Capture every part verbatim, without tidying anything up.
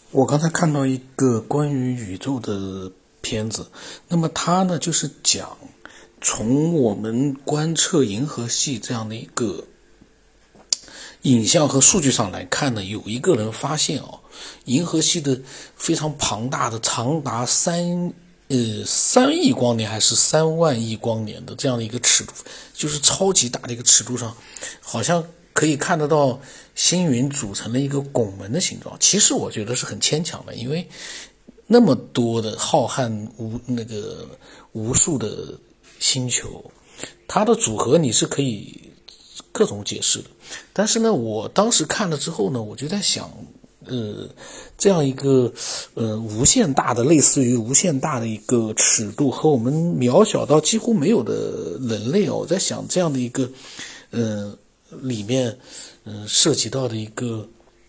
我刚才看到一个关于宇宙的片子，那么它呢就是讲从我们观测银河系这样的一个影像和数据上来看呢，有一个人发现哦，银河系的非常庞大的长达三呃三亿光年还是三万亿光年的这样的一个尺度，就是超级大的一个尺度上，好像可以看得到星云组成了一个拱门的形状。其实我觉得是很牵强的，因为那么多的浩瀚无那个无数的星球，它的组合你是可以各种解释的。但是呢，我当时看了之后呢，我就在想，呃，这样一个呃无限大的，类似于无限大的一个尺度和我们渺小到几乎没有的人类哦，我在想这样的一个呃里面嗯、呃、涉及到的一个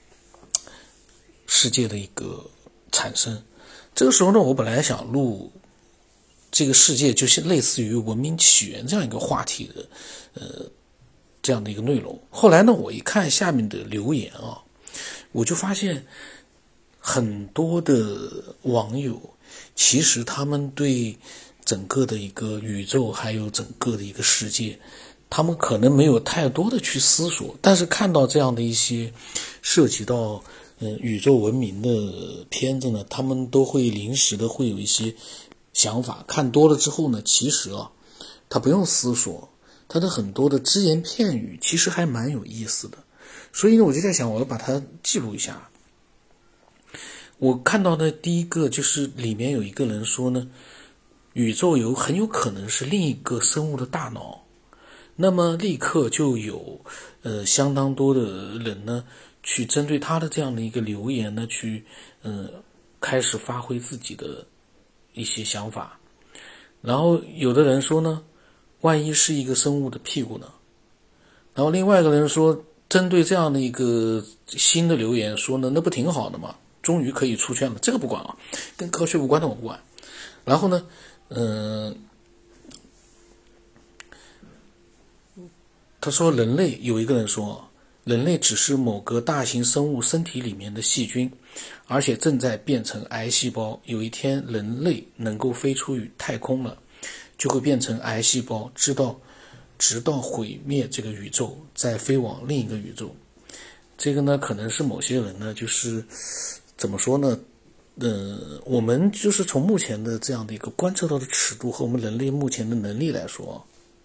世界的一个产生。这个时候呢，我本来想录这个世界就是类似于文明起源这样一个话题的呃这样的一个内容。后来呢，我一看下面的留言啊，我就发现很多的网友其实他们对整个的一个宇宙还有整个的一个世界，他们可能没有太多的去思索，但是看到这样的一些涉及到嗯、呃、宇宙文明的片子呢，他们都会临时的会有一些想法。看多了之后呢，其实啊，他不用思索，他的很多的只言片语其实还蛮有意思的。所以呢，我就在想，我要把它记录一下。我看到的第一个就是里面有一个人说呢，宇宙有很有可能是另一个生物的大脑。那么立刻就有呃相当多的人呢，去针对他的这样的一个留言呢，去呃开始发挥自己的一些想法。然后有的人说呢，万一是一个生物的屁股呢？然后另外一个人说，针对这样的一个新的留言说呢，那不挺好的吗？终于可以出圈了，这个不管啊，跟科学无关的我不管。然后呢，嗯、呃，他说人类有一个人说，人类只是某个大型生物身体里面的细菌，而且正在变成癌细胞。有一天人类能够飞出于太空了，就会变成癌细胞，直到直到毁灭这个宇宙，再飞往另一个宇宙。这个呢，可能是某些人呢，就是怎么说呢？呃，我们就是从目前的这样的一个观测到的尺度和我们人类目前的能力来说，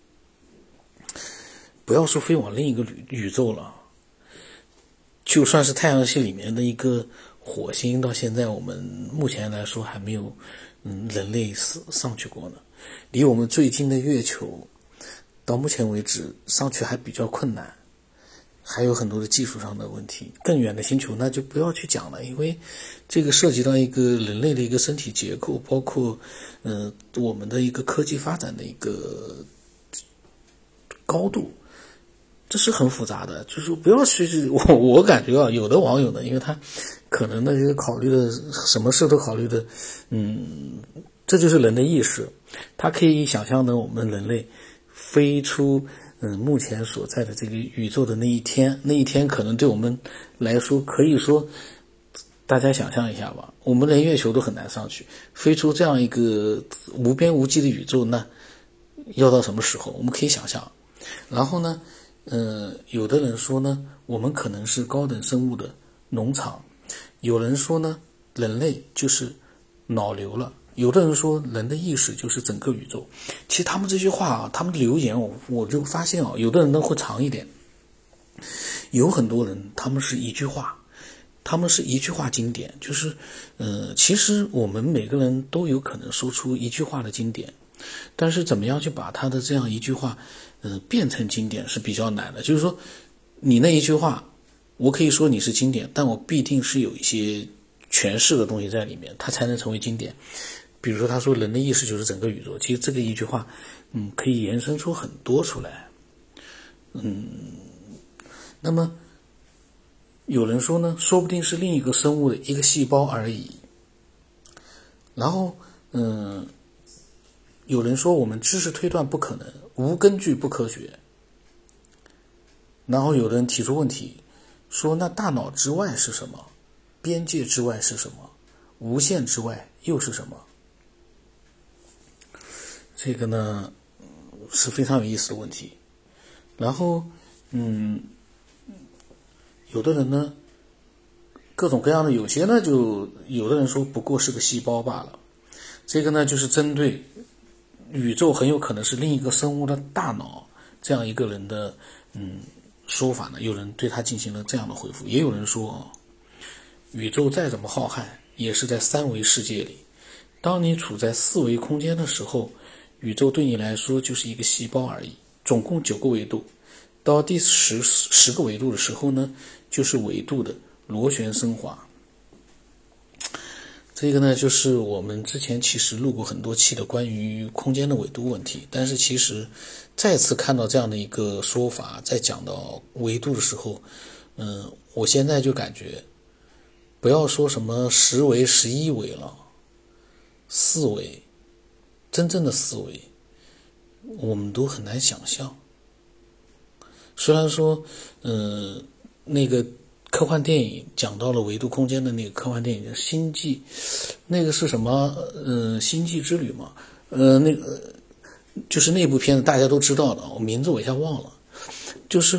不要说飞往另一个宇宙了，就算是太阳系里面的一个火星，到现在我们目前来说还没有嗯人类上去过呢。离我们最近的月球，到目前为止上去还比较困难，还有很多的技术上的问题。更远的星球那就不要去讲了，因为这个涉及到一个人类的一个身体结构，包括呃我们的一个科技发展的一个高度，这是很复杂的。就是不要去我我感觉啊，有的网友呢，因为他可能呢就考虑的什么事都考虑的，嗯，这就是人的意识。他可以想象呢，我们人类飞出嗯目前所在的这个宇宙的那一天，那一天可能对我们来说，可以说大家想象一下吧，我们连月球都很难上去，飞出这样一个无边无际的宇宙，那要到什么时候？我们可以想象。然后呢，呃，有的人说呢，我们可能是高等生物的农场；有人说呢，人类就是脑瘤了。有的人说人的意识就是整个宇宙。其实他们这句话啊，他们的留言我我就发现啊，有的人呢会长一点，有很多人他们是一句话，他们是一句话经典，就是呃，其实我们每个人都有可能说出一句话的经典，但是怎么样去把他的这样一句话呃变成经典是比较难的。就是说你那一句话，我可以说你是经典，但我必定是有一些诠释的东西在里面，它才能成为经典。比如说他说人的意识就是整个宇宙，其实这个一句话嗯，可以延伸出很多出来。嗯，那么有人说呢，说不定是另一个生物的一个细胞而已。然后嗯，有人说我们知识推断不可能，无根据不科学。然后有人提出问题说，那大脑之外是什么？ 边界之外是什么？无限之外又是什么？这个呢是非常有意思的问题。然后嗯，有的人呢各种各样的，有些呢就有的人说不过是个细胞罢了。这个呢就是针对宇宙很有可能是另一个生物的大脑这样一个人的嗯说法呢，有人对他进行了这样的回复。也有人说，宇宙再怎么浩瀚也是在三维世界里，当你处在四维空间的时候，宇宙对你来说就是一个细胞而已。总共九个维度，到第十十个维度的时候呢，就是维度的螺旋升华。这个呢就是我们之前其实录过很多期的关于空间的纬度问题，但是其实再次看到这样的一个说法，在讲到维度的时候，嗯，我现在就感觉不要说什么十维十一维了，四维，真正的四维我们都很难想象。虽然说嗯、呃，那个科幻电影讲到了维度空间的那个科幻电影《星际》，那个是什么？呃，《星际之旅》嘛，呃，那个就是那部片子大家都知道的，我名字我一下忘了。就是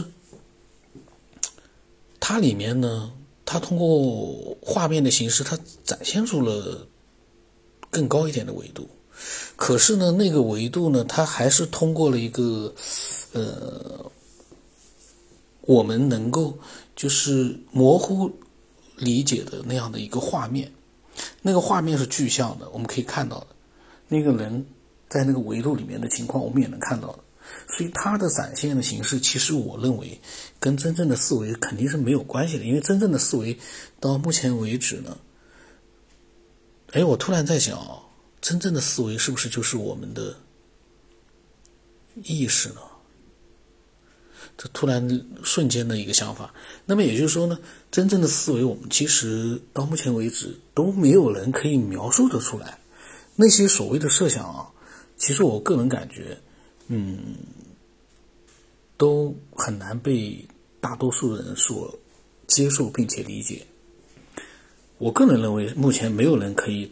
它里面呢，它通过画面的形式，它展现出了更高一点的维度。可是呢，那个维度呢，它还是通过了一个呃，我们能够就是模糊理解的那样的一个画面，那个画面是具象的，我们可以看到的，那个人在那个维度里面的情况我们也能看到的，所以它的展现的形式其实我认为跟真正的四维肯定是没有关系的。因为真正的四维到目前为止呢，哎，我突然在想啊，真正的四维是不是就是我们的意识呢？这突然瞬间的一个想法。那么也就是说呢，真正的思维我们其实到目前为止都没有人可以描述得出来。那些所谓的设想啊，其实我个人感觉嗯，都很难被大多数人所接受并且理解。我个人认为目前没有人可以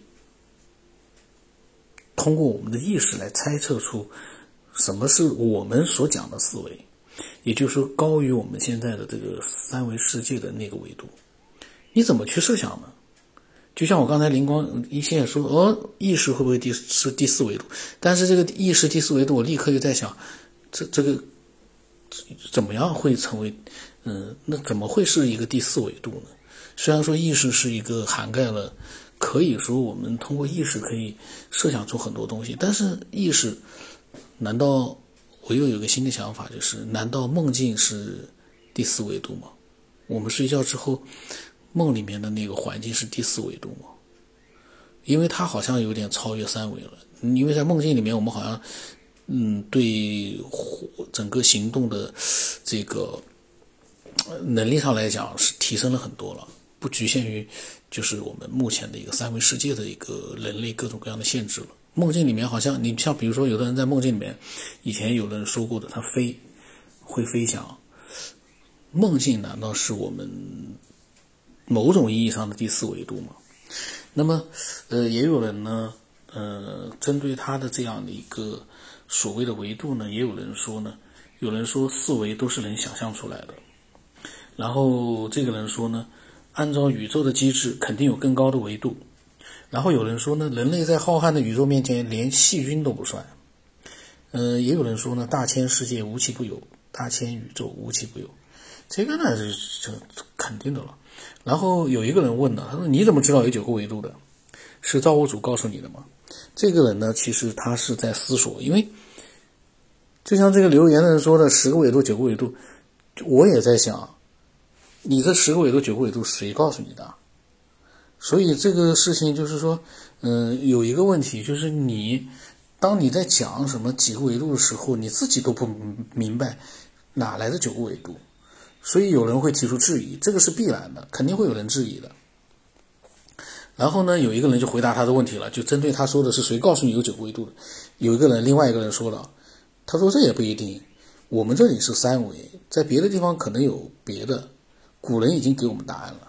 通过我们的意识来猜测出什么是我们所讲的思维，也就是说高于我们现在的这个三维世界的那个维度。你怎么去设想呢？就像我刚才灵光一现也说，哦，意识会不会第是第四维度？但是这个意识第四维度，我立刻就在想，这这个怎么样会成为，嗯，那怎么会是一个第四维度呢？虽然说意识是一个涵盖了，可以说我们通过意识可以设想出很多东西，但是意识，难道我又有个新的想法，就是难道梦境是第四维度吗？我们睡觉之后梦里面的那个环境是第四维度吗？因为它好像有点超越三维了。因为在梦境里面我们好像嗯，对整个行动的这个能力上来讲是提升了很多了，不局限于就是我们目前的一个三维世界的一个人类各种各样的限制了。梦境里面好像你像比如说有的人在梦境里面，以前有人说过的，他飞会飞翔，梦境难道是我们某种意义上的第四维度吗？那么呃，也有人呢呃，针对他的这样的一个所谓的维度呢，也有人说呢，有人说四维都是人想象出来的，然后这个人说呢，按照宇宙的机制肯定有更高的维度，然后有人说呢，人类在浩瀚的宇宙面前连细菌都不算，呃，也有人说呢，大千世界无奇不有，大千宇宙无奇不有，这个呢是肯定的了。然后有一个人问呢，他说你怎么知道有九个维度的？是造物主告诉你的吗？这个人呢，其实他是在思索，因为就像这个留言的人说的，十个维度九个维度，我也在想，你这十个维度九个维度谁告诉你的？所以这个事情就是说嗯、呃，有一个问题，就是你当你在讲什么几个维度的时候，你自己都不明白哪来的九个维度，所以有人会提出质疑，这个是必然的，肯定会有人质疑的。然后呢，有一个人就回答他的问题了，就针对他说的是谁告诉你有九个维度的，有一个人另外一个人说了，他说这也不一定，我们这里是三维，在别的地方可能有别的，古人已经给我们答案了。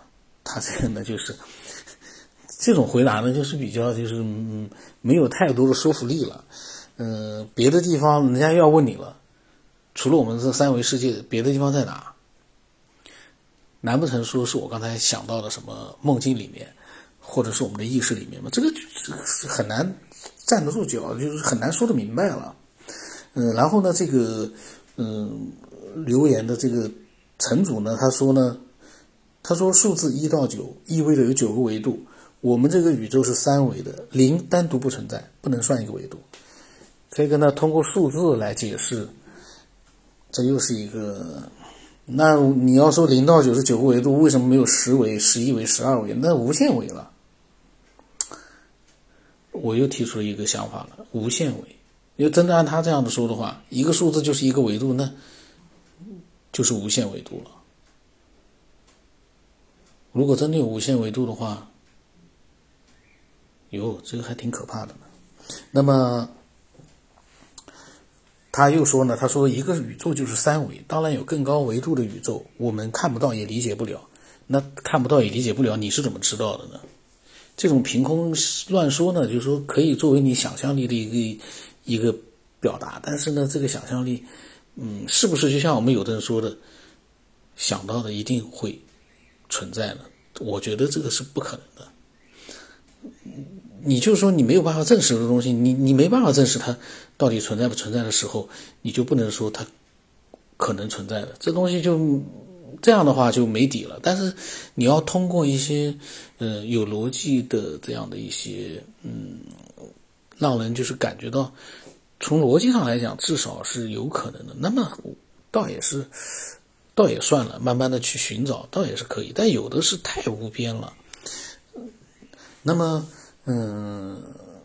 他这个呢就是这种回答呢就是比较就是嗯没有太多的说服力了。嗯、呃，别的地方人家要问你了，除了我们这三维世界，别的地方在哪？难不成说是我刚才想到的什么梦境里面，或者是我们的意识里面吗？这个很难站得住脚，就是很难说得明白了。嗯，然后呢，这个嗯留言的这个城主呢，他说呢，他说数字一到九意味着有九个维度，我们这个宇宙是三维的，零单独不存在，不能算一个维度。这个呢，通过数字来解释，这又是一个。那你要说零到九是九个维度，为什么没有十维、十一维、十二维？那无限维了。我又提出了一个想法了，无限维。因为真的按他这样的说的话，一个数字就是一个维度，那就是无限维度了。如果真的有无限维度的话，哟，这个还挺可怕的呢。那么他又说呢，他说一个宇宙就是三维，当然有更高维度的宇宙，我们看不到也理解不了。那看不到也理解不了，你是怎么知道的呢？这种凭空乱说呢，就是说可以作为你想象力的一个一个表达，但是呢，这个想象力，嗯，是不是就像我们有的人说的，想到的一定会存在呢？我觉得这个是不可能的。你就是说你没有办法证实的东西，你你没办法证实它到底存在不存在的时候，你就不能说它可能存在的。这东西就这样的话就没底了。但是你要通过一些呃有逻辑的这样的一些嗯，让人就是感觉到从逻辑上来讲至少是有可能的，那么倒也是倒也算了，慢慢的去寻找倒也是可以。但有的是太无边了。那么嗯，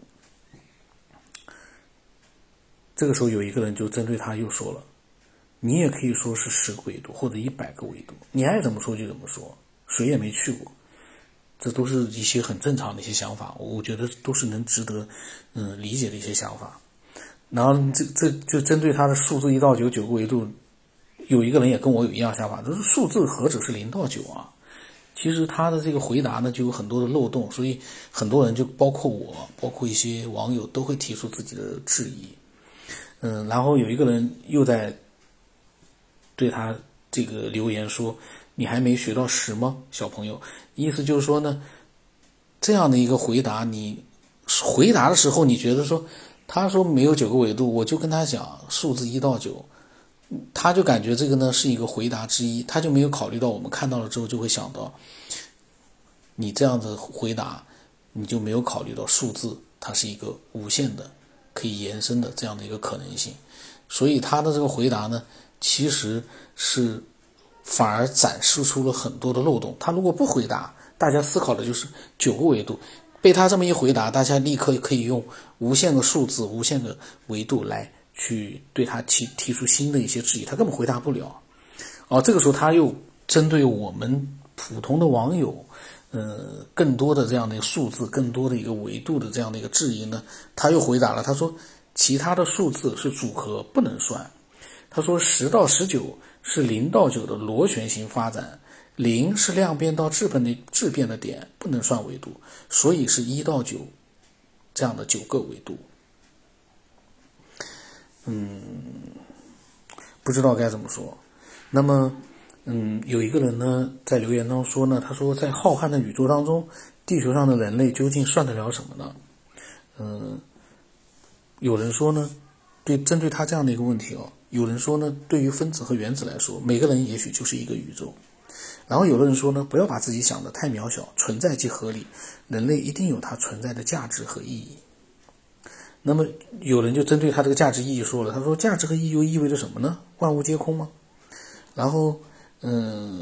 这个时候有一个人就针对他又说了，你也可以说是十个维度或者一百个维度，你爱怎么说就怎么说，谁也没去过，这都是一些很正常的一些想法，我觉得都是能值得嗯理解的一些想法。然后这这就针对他的数字一到九九个维度，有一个人也跟我有一样想法，就是数字何止是零到九啊？其实他的这个回答呢就有很多的漏洞，所以很多人就包括我，包括一些网友都会提出自己的质疑。嗯，然后有一个人又在对他这个留言说，你还没学到十吗，小朋友？意思就是说呢，这样的一个回答，你回答的时候你觉得说他说没有九个维度，我就跟他讲数字一到九，他就感觉这个呢是一个回答之一，他就没有考虑到我们看到了之后就会想到，你这样的回答，你就没有考虑到数字它是一个无限的可以延伸的这样的一个可能性。所以他的这个回答呢，其实是反而展示出了很多的漏洞。他如果不回答，大家思考的就是九个维度，被他这么一回答，大家立刻可以用无限个数字、无限个维度来去对他提提出新的一些质疑，他根本回答不了。哦，这个时候他又针对我们普通的网友，呃，更多的这样的一个数字、更多的一个维度的这样的一个质疑呢，他又回答了，他说其他的数字是组合，不能算。他说十到十九是零到九的螺旋形发展，零是量变到质变的质变的点，不能算维度，所以是一到九这样的九个维度。嗯，不知道该怎么说。那么，嗯，有一个人呢在留言当中说呢，他说在浩瀚的宇宙当中，地球上的人类究竟算得了什么呢？嗯，有人说呢，对针对他这样的一个问题哦，有人说呢，对于分子和原子来说，每个人也许就是一个宇宙。然后有的人说呢，不要把自己想得太渺小，存在即合理，人类一定有它存在的价值和意义。那么有人就针对他这个价值意义说了，他说价值和意义又意味着什么呢？万物皆空吗？然后嗯，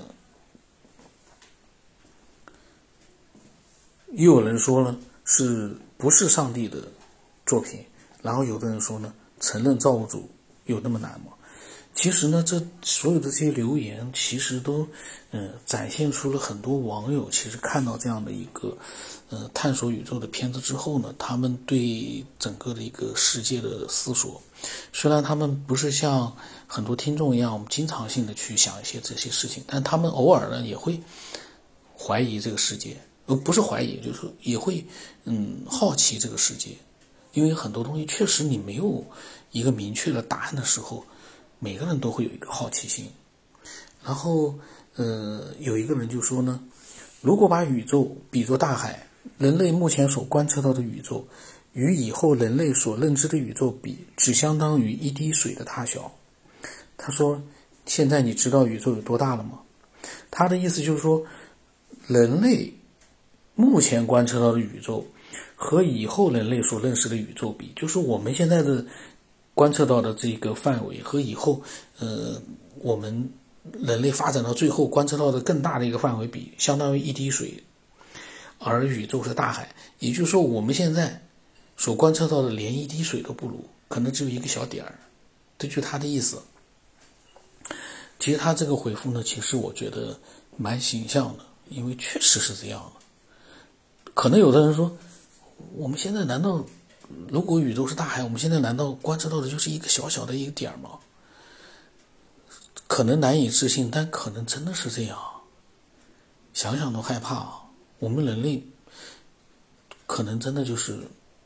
又有人说了是不是上帝的作品，然后有的人说呢，承认造物主有那么难吗？其实呢，这所有的这些留言其实都呃展现出了很多网友其实看到这样的一个呃探索宇宙的片子之后呢，他们对整个的一个世界的思索。虽然他们不是像很多听众一样我们经常性的去想一些这些事情，但他们偶尔呢也会怀疑这个世界，呃，不是怀疑，就是也会嗯好奇这个世界，因为很多东西确实你没有一个明确的答案的时候，每个人都会有一个好奇心。然后呃，有一个人就说呢，如果把宇宙比作大海，人类目前所观测到的宇宙与以后人类所认知的宇宙比，只相当于一滴水的大小。他说，现在你知道宇宙有多大了吗？他的意思就是说，人类目前观测到的宇宙和以后人类所认识的宇宙比，就是我们现在的观测到的这个范围和以后呃我们人类发展到最后观测到的更大的一个范围比，相当于一滴水，而宇宙是大海。也就是说，我们现在所观测到的连一滴水都不如，可能只有一个小点儿。这就是他的意思。其实他这个回复呢，其实我觉得蛮形象的，因为确实是这样的。可能有的人说，我们现在难道如果宇宙是大海，我们现在难道观测到的就是一个小小的一个点吗？可能难以置信，但可能真的是这样。想想都害怕，我们人类可能真的就是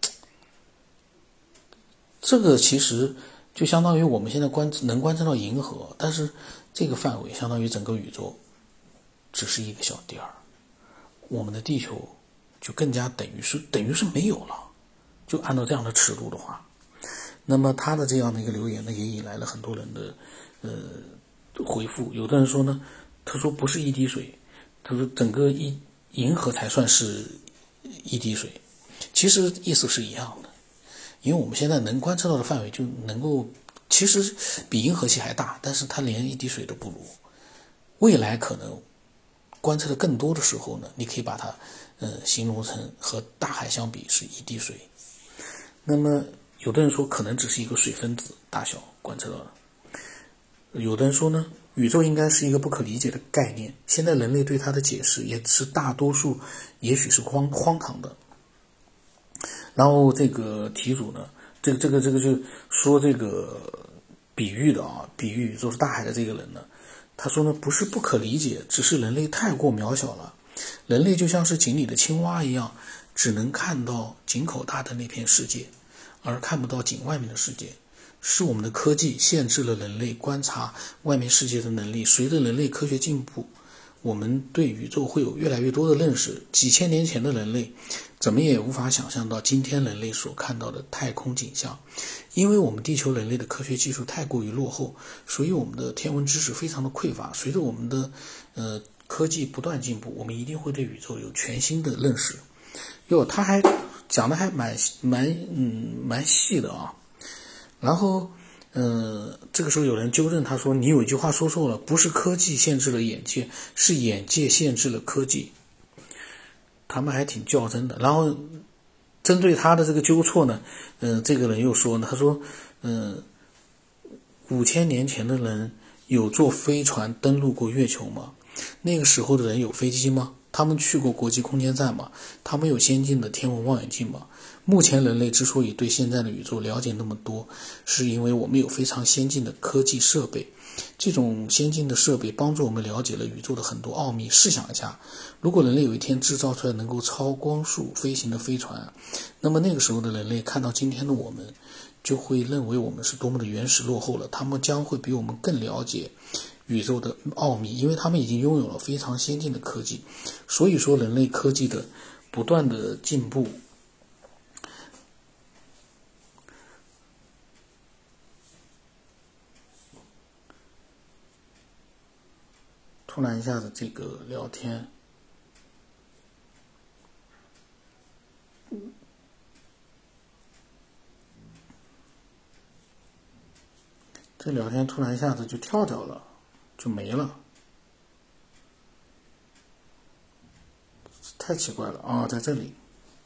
这个，其实就相当于我们现在观能观测到银河，但是这个范围相当于整个宇宙只是一个小点儿，我们的地球就更加等于是等于是没有了。就按照这样的尺度的话，那么他的这样的一个留言呢，也引来了很多人的呃回复。有的人说呢，他说不是一滴水，他说整个一银河才算是一滴水。其实意思是一样的，因为我们现在能观测到的范围就能够其实比银河系还大，但是它连一滴水都不如。未来可能观测的更多的时候呢，你可以把它呃形容成和大海相比是一滴水。那么有的人说可能只是一个水分子大小观测到的，有的人说呢，宇宙应该是一个不可理解的概念，现在人类对它的解释也是大多数也许是荒荒唐的。然后这个题主呢，这个这个这个就说这个比喻的啊，比喻宇宙是大海的这个人呢，他说呢，不是不可理解，只是人类太过渺小了。人类就像是井里的青蛙一样，只能看到井口大的那片世界，而看不到井外面的世界。是我们的科技限制了人类观察外面世界的能力。随着人类科学进步，我们对宇宙会有越来越多的认识。几千年前的人类怎么也无法想象到今天人类所看到的太空景象。因为我们地球人类的科学技术太过于落后，所以我们的天文知识非常的匮乏。随着我们的呃科技不断进步，我们一定会对宇宙有全新的认识。哟，他还讲的还蛮蛮嗯蛮细的啊。然后呃，这个时候有人纠正他说，你有一句话说错了，不是科技限制了眼界，是眼界限制了科技。他们还挺较真的。然后针对他的这个纠错呢，嗯、呃，这个人又说呢，他说嗯、呃，五千年前的人有坐飞船登陆过月球吗？那个时候的人有飞机吗？他们去过国际空间站吗？他们有先进的天文望远镜吗？目前人类之所以对现在的宇宙了解那么多，是因为我们有非常先进的科技设备。这种先进的设备帮助我们了解了宇宙的很多奥秘。试想一下，如果人类有一天制造出来能够超光速飞行的飞船，那么那个时候的人类看到今天的我们，就会认为我们是多么的原始落后了。他们将会比我们更了解宇宙的奥秘，因为他们已经拥有了非常先进的科技。所以说人类科技的不断的进步，突然一下子这个聊天这聊天突然一下子就跳掉了，就没了，太奇怪了啊、哦！在这里，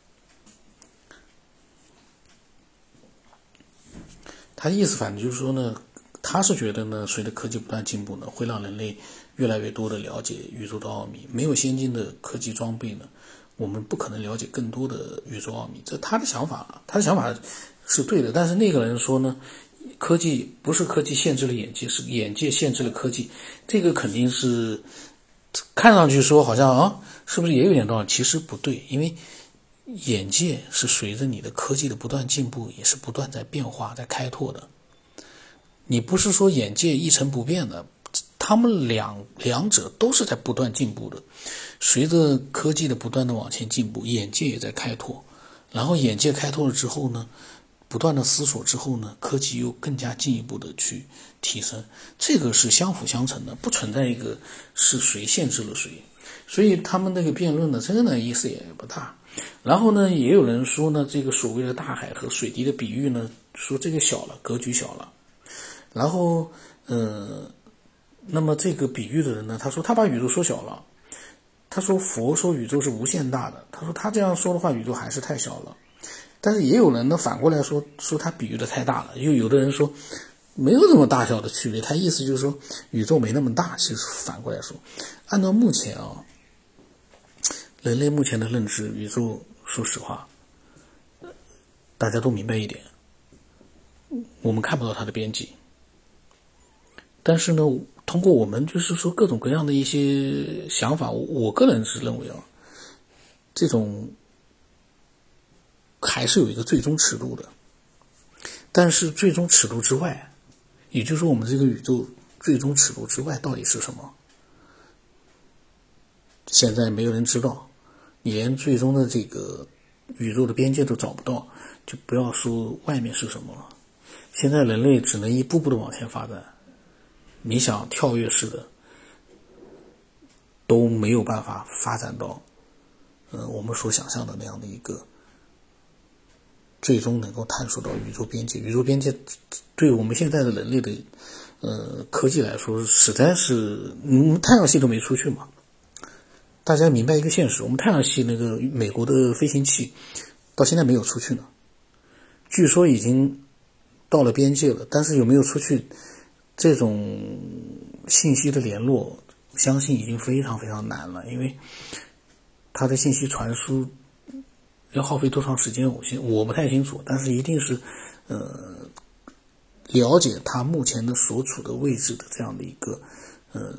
他意思反正就是说呢，他是觉得呢，随着科技不断进步呢，会让人类越来越多的了解宇宙的奥秘。没有先进的科技装备呢，我们不可能了解更多的宇宙奥秘。这他的想法，他的想法是对的。但是那个人说呢，科技不是科技限制了眼界，是眼界限制了科技。这个肯定是看上去说好像啊， 是不是也有点道理？其实不对，因为眼界是随着你的科技的不断进步，也是不断在变化、在开拓的。你不是说眼界一成不变的，他们两两者都是在不断进步的。随着科技的不断的往前进步，眼界也在开拓，然后眼界开拓了之后呢，不断的思索之后呢，科技又更加进一步的去提升，这个是相辅相成的，不存在一个是谁限制了谁。所以他们那个辩论呢，真的意思也不大。然后呢，也有人说呢，这个所谓的大海和水滴的比喻呢，说这个小了，格局小了。然后，呃，那么这个比喻的人呢，他说他把宇宙缩小了。他说佛说宇宙是无限大的，他说他这样说的话，宇宙还是太小了。但是也有人呢反过来说，说他比喻的太大了。又有的人说没有这么大小的区别，他意思就是说宇宙没那么大。其实反过来说，按照目前啊，人类目前的认知，宇宙说实话，大家都明白一点，我们看不到它的边际。但是呢，通过我们就是说各种各样的一些想法，我个人是认为啊，这种还是有一个最终尺度的。但是最终尺度之外，也就是说我们这个宇宙最终尺度之外到底是什么，现在没有人知道。你连最终的这个宇宙的边界都找不到，就不要说外面是什么了。现在人类只能一步步的往前发展，你想跳跃式的都没有办法发展到呃我们所想象的那样的一个最终能够探索到宇宙边界。宇宙边界对我们现在的人类的呃科技来说，实在是嗯太阳系都没出去嘛。大家明白一个现实，我们太阳系那个美国的飞行器到现在没有出去呢，据说已经到了边界了，但是有没有出去，这种信息的联络相信已经非常非常难了。因为它的信息传输要耗费多长时间我先我不太清楚，但是一定是呃了解它目前的所处的位置的这样的一个呃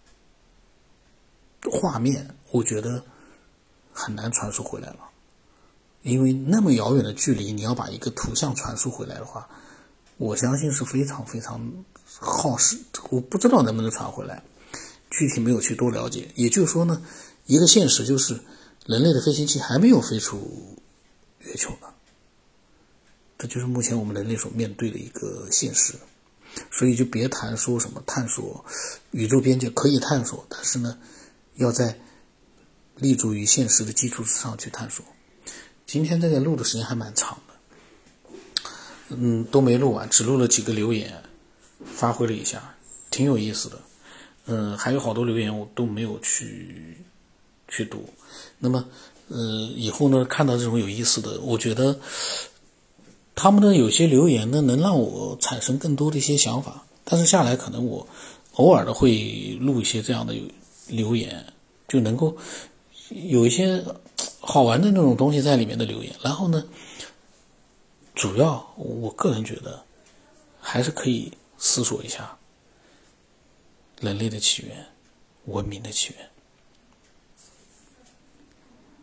画面，我觉得很难传输回来了。因为那么遥远的距离，你要把一个图像传输回来的话，我相信是非常非常耗时，我不知道能不能传回来，具体没有去多了解。也就是说呢，一个现实就是人类的飞行器还没有飞出月球呢，这就是目前我们人类所面对的一个现实。所以就别谈说什么探索宇宙边界，可以探索，但是呢要在立足于现实的基础之上去探索。今天这个录的时间还蛮长的，嗯，都没录完，只录了几个留言，发挥了一下，挺有意思的。嗯，还有好多留言我都没有去去读。那么，呃，以后呢，看到这种有意思的，我觉得他们的有些留言呢，能让我产生更多的一些想法。但是下来可能我偶尔的会录一些这样的留言，就能够有一些好玩的那种东西在里面的留言。然后呢，主要我个人觉得还是可以思索一下人类的起源，文明的起源。